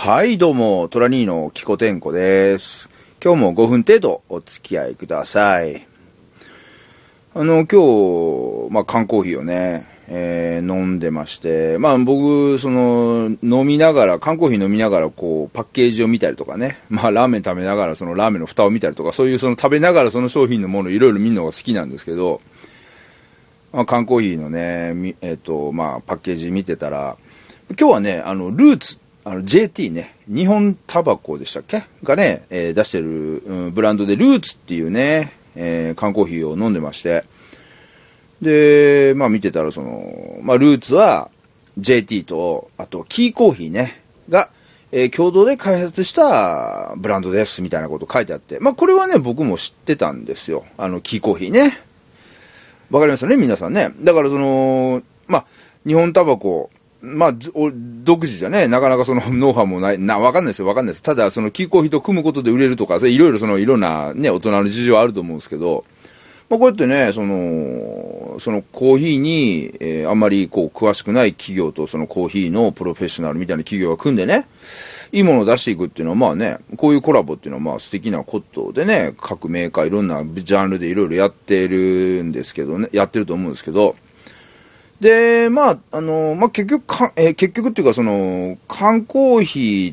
はい、どうも、トラニーのキコテンコです。今日も5分程度お付き合いください。今日、缶コーヒーをね、飲んでまして、僕、飲みながら、缶コーヒー飲みながら、パッケージを見たりとかね、ラーメン食べながら、そのラーメンの蓋を見たりとか、そういう食べながらその商品のものをいろいろ見るのが好きなんですけど、缶コーヒーのね、パッケージ見てたら、今日はね、ルーツ、JT ね、日本タバコでしたっけがね、出してる、ブランドでルーツっていうね、缶コーヒーを飲んでまして、で、見てたらルーツは JT と、あとキーコーヒーね、が、共同で開発したブランドですみたいなこと書いてあって、これはね、僕も知ってたんですよ。キーコーヒーね。わかりますよね、皆さんね。だから日本タバコ、独自じゃね、なかなかノウハウもない、わかんないですよ、わかんないです。ただ、キーコーヒーと組むことで売れるとか、いろいろいろんなね、大人の事情はあると思うんですけど、こうやってね、コーヒーに、あんまり詳しくない企業とコーヒーのプロフェッショナルみたいな企業が組んでね、いいものを出していくっていうのはこういうコラボっていうのは素敵なことでね、各メーカーいろんなジャンルでいろいろやってるんですけどね、やってると思うんですけど、で、結局っていうか缶コーヒーって、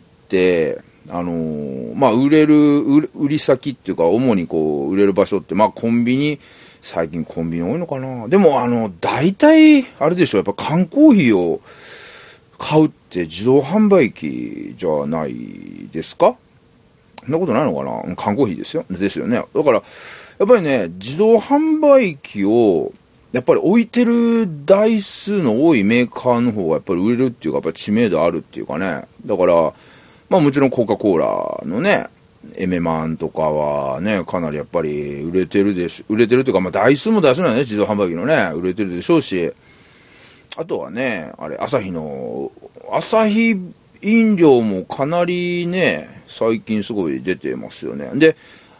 売り先っていうか、主に売れる場所って、コンビニ、最近コンビニ多いのかな。でも大体、あれでしょ、やっぱ缶コーヒーを買うって自動販売機じゃないですか？そんなことないのかな。缶コーヒーですよね。だから、やっぱりね、自動販売機を、やっぱり置いてる台数の多いメーカーの方がやっぱり売れるっていうか、やっぱり知名度あるっていうかね。だから、もちろんコカ・コーラのね、エメマンとかはね、かなりやっぱり売れてるというか、台数も出せないね、自動販売機のね、売れてるでしょうし、あとはね、アサヒ飲料もかなりね、最近すごい出てますよね。で、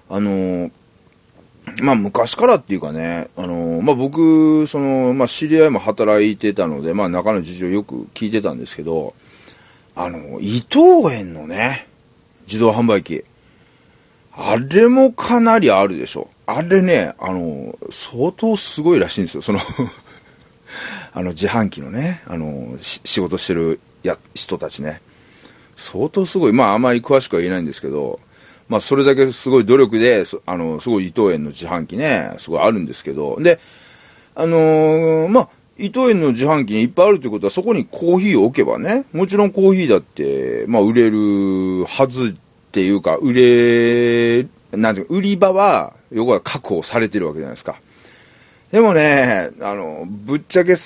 昔からっていうかね、僕、知り合いも働いてたので、中の事情よく聞いてたんですけど、伊藤園のね、自動販売機。あれもかなりあるでしょ。あれね、相当すごいらしいんですよ。自販機のね、仕事してる人たちね。相当すごい。あまり詳しくは言えないんですけど、それだけすごい努力で、すごい伊藤園の自販機ね、すごいあるんですけど、で、伊藤園の自販機にいっぱいあるということは、そこにコーヒーを置けばね、もちろんコーヒーだって、売れるはずっていうか、売り場は、要は確保されてるわけじゃないですか。でもね、ぶっちゃけ、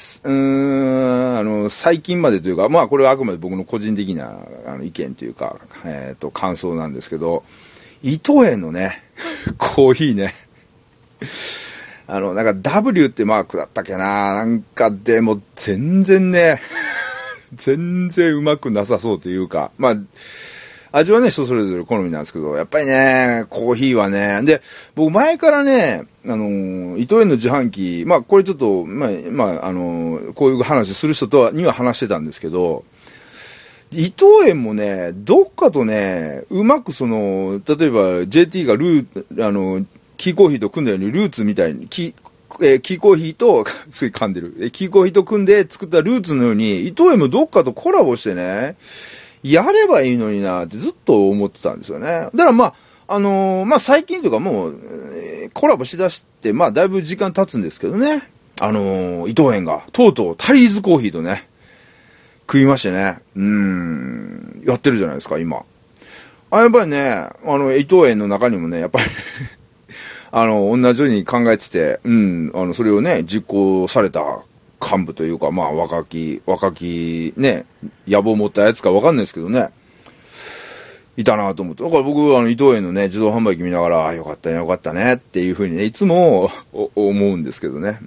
最近までというか、これはあくまで僕の個人的な意見というか、感想なんですけど、伊藤園のね、コーヒーね、W ってマークだったっけな、でも全然ね、全然うまくなさそうというか、味はね、人それぞれ好みなんですけど、やっぱりね、コーヒーはね、で、僕前からね、伊藤園の自販機、これちょっと、こういう話する人には話してたんですけど、伊藤園もね、どっかとね、うまく例えば JT がキーコーヒーと組んだように、ルーツみたいに、キーコーヒーと、すごい噛んでる。キーコーヒーと組んで作ったルーツのように、伊藤園もどっかとコラボしてね、やればいいのになってずっと思ってたんですよね。だから最近というかもう、コラボしだして、だいぶ時間経つんですけどね。伊藤園が、とうとうタリーズコーヒーとね、食いましてね。やってるじゃないですか、今。やっぱりね、伊藤園の中にもね、やっぱり同じように考えてて、それをね、実行された幹部というか、若き、ね、野望を持ったやつかわかんないですけどね、いたなと思って。だから僕、伊藤園のね、自動販売機見ながら、よかったね、っていうふうにね、いつも思うんですけどね。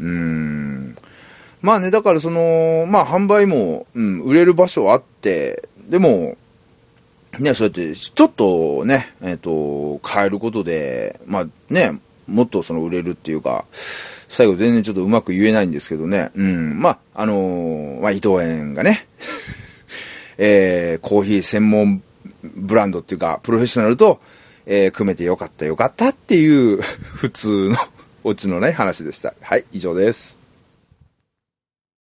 だから販売も、売れる場所あって、でも、ね、そうやって、ちょっとね、変えることで、もっと売れるっていうか、最後全然ちょっとうまく言えないんですけどね。伊藤園がね、コーヒー専門ブランドっていうか、プロフェッショナルと、組めてよかったっていう普通のオチのない話でした。はい、以上です。